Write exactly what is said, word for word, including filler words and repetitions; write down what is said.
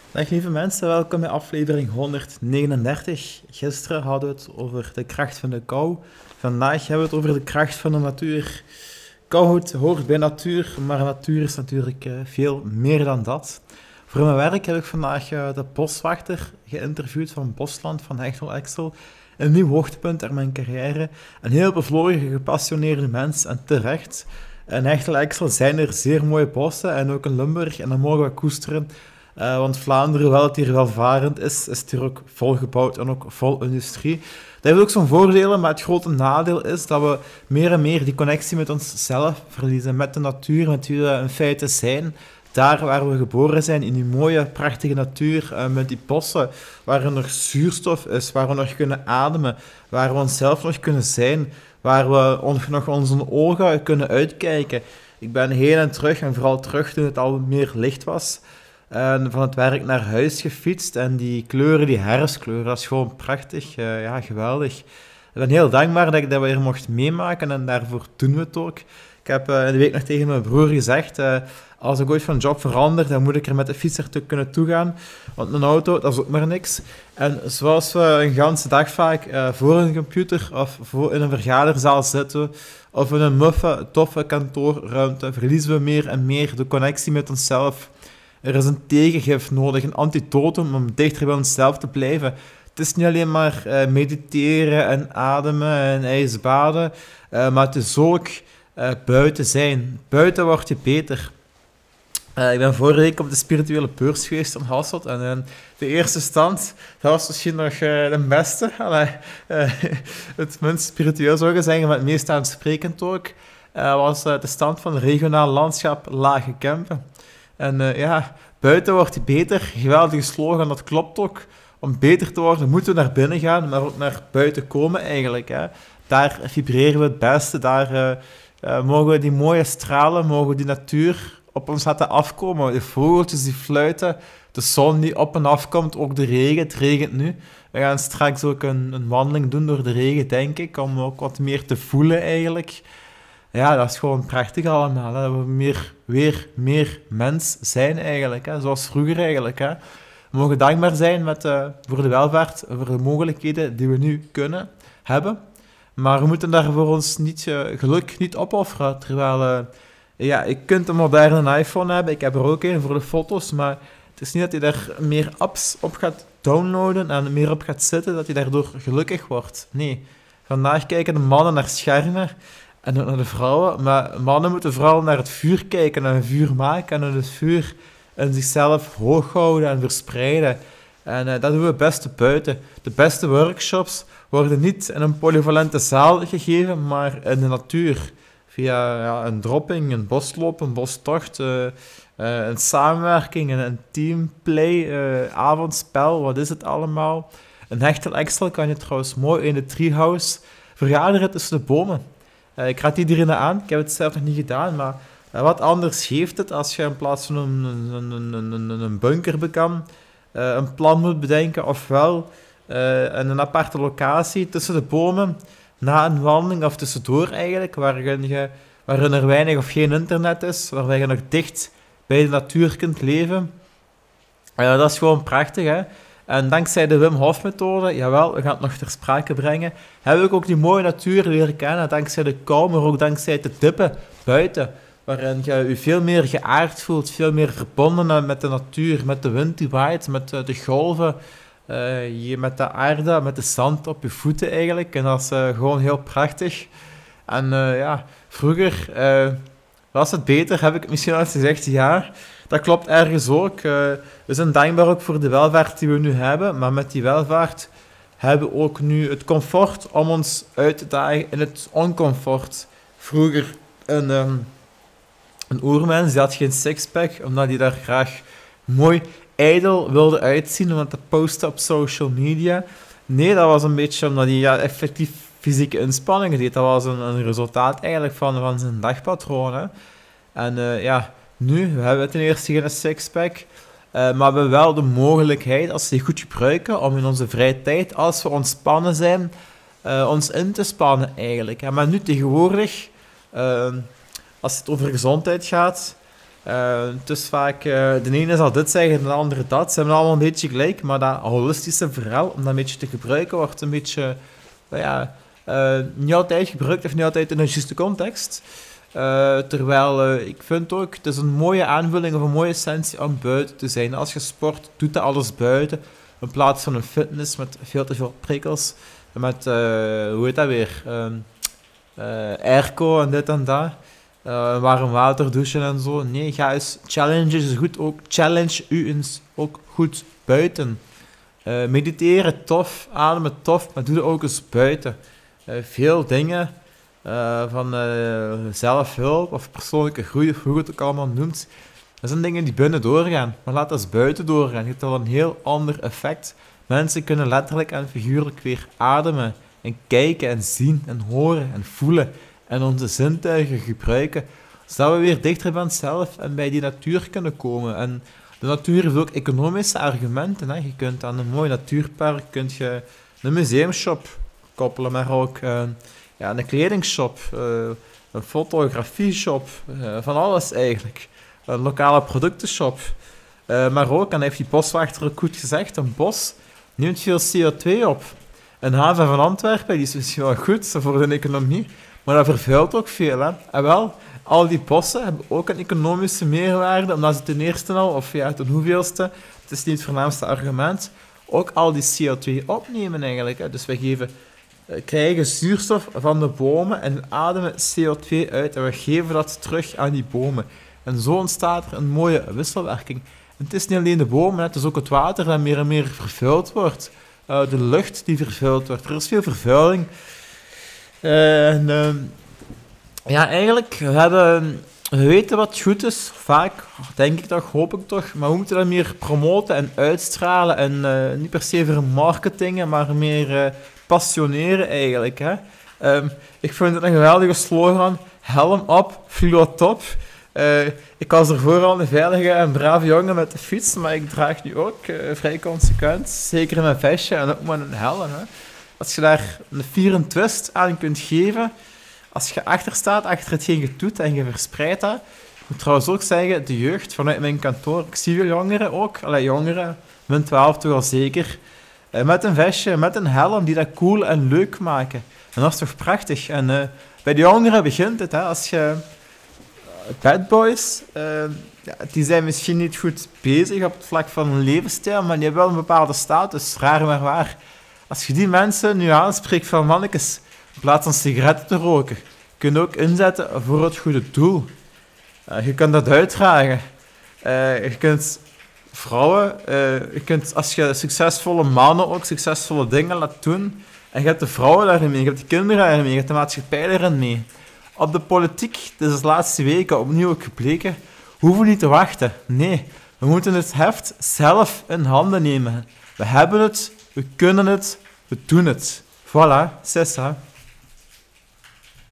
Dag lieve mensen, welkom bij aflevering honderdnegenendertig. Gisteren hadden we het over de kracht van de kou. Vandaag hebben we het over de kracht van de natuur. Kou hoort bij natuur, maar natuur is natuurlijk uh, veel meer dan dat. Voor mijn werk heb ik vandaag uh, de boswachter geïnterviewd van Bosland, van Hechtel Exel. Een nieuw hoogtepunt in mijn carrière. Een heel bevlogen, gepassioneerde mens en terecht. In Hechtel Exel zijn er zeer mooie bossen en ook in Limburg en dat mogen we koesteren. Uh, want Vlaanderen, hoewel het hier welvarend is, is het hier ook volgebouwd en ook vol industrie. Dat heeft ook zo'n voordelen, maar het grote nadeel is dat we meer en meer die connectie met onszelf verliezen, met de natuur, met wie we in feite zijn. Daar waar we geboren zijn, in die mooie, prachtige natuur, uh, met die bossen, waar er nog zuurstof is, waar we nog kunnen ademen, waar we onszelf nog kunnen zijn, waar we on- nog onze ogen kunnen uitkijken. Ik ben heen en terug, en vooral terug toen het al meer licht was, en van het werk naar huis gefietst en die kleuren, die herfstkleuren, dat is gewoon prachtig. Uh, ja, geweldig. Ik ben heel dankbaar dat ik dat weer mocht meemaken en daarvoor doen we het ook. Ik heb uh, in de week nog tegen mijn broer gezegd, uh, als ik ooit van job verander, dan moet ik er met de fiets naartoe kunnen toegaan. Want een auto, dat is ook maar niks. En zoals we een ganse dag vaak uh, voor een computer of voor in een vergaderzaal zitten, of in een muffe, toffe kantoorruimte, verliezen we meer en meer de connectie met onszelf. Er is een tegengif nodig, een antidotum om dichter bij onszelf te blijven. Het is niet alleen maar uh, mediteren en ademen en ijsbaden, uh, maar het is ook uh, buiten zijn. Buiten word je beter. Uh, ik ben vorige week op de spirituele beurs geweest in Hasselt en uh, de eerste stand, dat was misschien nog uh, de beste. Allee, uh, het minst spiritueel zou ik zeggen, maar het meest aansprekend ook, uh, was uh, de stand van het regionaal landschap Lage Kempen. En uh, ja, buiten wordt hij beter. Geweldige slogan, dat klopt ook. Om beter te worden moeten we naar binnen gaan, maar ook naar buiten komen eigenlijk. Hè. Daar vibreren we het beste. Daar uh, uh, mogen we die mooie stralen, mogen we die natuur op ons laten afkomen. De vogeltjes die fluiten, de zon die op en af komt, ook de regen. Het regent nu. We gaan straks ook een, een wandeling doen door de regen, denk ik, om ook wat meer te voelen eigenlijk. Ja, dat is gewoon prachtig allemaal. Hè. Dat we meer, weer meer mens zijn eigenlijk. Hè. Zoals vroeger eigenlijk. Hè. We mogen dankbaar zijn met, uh, voor de welvaart, voor de mogelijkheden die we nu kunnen hebben. Maar we moeten daar voor ons niet, uh, geluk niet opofferen. Terwijl, uh, ja, je kunt een moderne iPhone hebben. Ik heb er ook een voor de foto's. Maar het is niet dat je daar meer apps op gaat downloaden en meer op gaat zitten, dat je daardoor gelukkig wordt. Nee. Vandaag kijken de mannen naar schermen en ook naar de vrouwen, maar mannen moeten vooral naar het vuur kijken en een vuur maken en het vuur in zichzelf hoog houden en verspreiden. En uh, dat doen we het beste buiten. De beste workshops worden niet in een polyvalente zaal gegeven, maar in de natuur. Via ja, een dropping, een bosloop, een bostocht, uh, uh, een samenwerking, een, een teamplay, uh, avondspel, wat is het allemaal. Een Hechtel Exel kan je trouwens mooi in de treehouse vergaderen tussen de bomen. Uh, ik raad iedereen aan, ik heb het zelf nog niet gedaan, maar uh, wat anders geeft het als je in plaats van een, een, een, een, een bunker bekam, uh, een plan moet bedenken, ofwel uh, in een aparte locatie tussen de bomen, na een wandeling of tussendoor eigenlijk, waarin, je, waarin er weinig of geen internet is, waarbij je nog dicht bij de natuur kunt leven. Uh, dat is gewoon prachtig, hè. En dankzij de Wim Hof methode, jawel, we gaan het nog ter sprake brengen, heb ik ook die mooie natuur leren kennen, dankzij de kou, maar ook dankzij de dippen buiten, waarin je je veel meer geaard voelt, veel meer verbonden met de natuur, met de wind die waait, met de golven, uh, je, met de aarde, met de zand op je voeten eigenlijk. En dat is uh, gewoon heel prachtig. En uh, ja, vroeger uh, was het beter, heb ik misschien al eens gezegd, ja. Dat klopt ergens ook. Uh, we zijn dankbaar ook voor de welvaart die we nu hebben, maar met die welvaart hebben we ook nu het comfort om ons uit te dagen in het oncomfort. Vroeger een, um, een oermens, die had geen sixpack, omdat hij daar graag mooi ijdel wilde uitzien, om het te posten op social media. Nee, dat was een beetje omdat hij ja, effectief fysieke inspanningen deed. Dat was een, een resultaat eigenlijk van, van zijn dagpatroon. Hè. En uh, ja... Nu, we hebben ten eerste geen sixpack, uh, maar we hebben wel de mogelijkheid, als we die goed gebruiken, om in onze vrije tijd, als we ontspannen zijn, uh, ons in te spannen eigenlijk. Ja, maar nu tegenwoordig, uh, als het over gezondheid gaat, Uh, het is vaak, uh, de ene zal dit zeggen, de andere dat. Ze hebben allemaal een beetje gelijk, maar dat holistische verhaal, om dat een beetje te gebruiken, wordt een beetje, uh, ja, uh, niet altijd gebruikt of niet altijd in een juiste context. Uh, terwijl uh, ik vind ook, het is een mooie aanvulling of een mooie essentie om buiten te zijn. Als je sport, doet dat alles buiten, in plaats van een fitness met veel te veel prikkels, met, uh, hoe heet dat weer, um, uh, airco en dit en dat. Uh, warm water douchen en zo. Nee, ga eens challenge is goed ook. Challenge u eens ook goed buiten. Uh, mediteren tof, ademen tof, maar doe het ook eens buiten. Uh, veel dingen uh, van uh, zelfhulp of persoonlijke groei, of hoe je het ook allemaal noemt, dat zijn dingen die binnen doorgaan. Maar laat dat eens buiten doorgaan. Je hebt al een heel ander effect. Mensen kunnen letterlijk en figuurlijk weer ademen en kijken en zien en horen en voelen. En onze zintuigen gebruiken, zodat we weer dichter bij onszelf en bij die natuur kunnen komen. En de natuur heeft ook economische argumenten. Hè. Je kunt aan een mooi natuurpark kunt je een museumshop koppelen, maar ook uh, ja, een kledingshop, uh, een fotografieshop, uh, van alles eigenlijk. Een lokale productenshop. Uh, maar ook, en heeft die boswachter ook goed gezegd, een bos neemt veel C O twee op. Een haven van Antwerpen, die is misschien wel goed voor de economie, maar dat vervuilt ook veel. Hè? En wel, al die bossen hebben ook een economische meerwaarde, omdat ze ten eerste al, of ja, ten hoeveelste, het is niet het voornaamste argument, ook al die C O twee opnemen eigenlijk. Hè? Dus wij geven, uh, krijgen zuurstof van de bomen en ademen C O twee uit en we geven dat terug aan die bomen. En zo ontstaat er een mooie wisselwerking. En het is niet alleen de bomen, het is ook het water dat meer en meer vervuild wordt. Uh, de lucht die vervuild wordt. Er is veel vervuiling. Uh, en, uh, ja, eigenlijk, we, hebben, we weten wat goed is, vaak, denk ik toch, hoop ik toch, maar we moeten dat meer promoten en uitstralen en uh, niet per se vermarketingen, maar meer uh, passioneren eigenlijk. Hè. Um, ik vind het een geweldige slogan, helm op, fluo top. Uh, ik was ervoor al een veilige en brave jongen met de fiets, maar ik draag nu ook uh, vrij consequent, zeker in mijn vestje en ook met een helm. Hè. Als je daar een vier en twist aan kunt geven, als je achter staat, achter hetgeen je doet en je verspreidt dat. Ik moet trouwens ook zeggen, de jeugd vanuit mijn kantoor, ik zie veel jongeren ook, allee, jongeren, min twaalf toch al zeker, uh, met een vestje, met een helm, die dat cool en leuk maken. En dat is toch prachtig. En uh, bij de jongeren begint het, hè, als je... Bad boys, uh, ja, die zijn misschien niet goed bezig op het vlak van hun levensstijl, maar die hebben wel een bepaalde status, raar maar waar. Als je die mensen nu aanspreekt van mannetjes, in plaats van sigaretten te roken, kun je ook inzetten voor het goede doel. Uh, je kunt dat uitdragen. Uh, je kunt vrouwen, uh, je kunt, als je succesvolle mannen ook succesvolle dingen laat doen, en je hebt de vrouwen daarin mee, je hebt de kinderen daarin mee, je hebt de maatschappij daarin mee. Op de politiek, dit is de laatste weken opnieuw ook gebleken, hoeven we niet te wachten. Nee, we moeten het heft zelf in handen nemen. We hebben het, we kunnen het, we doen het. Voilà, c'est ça.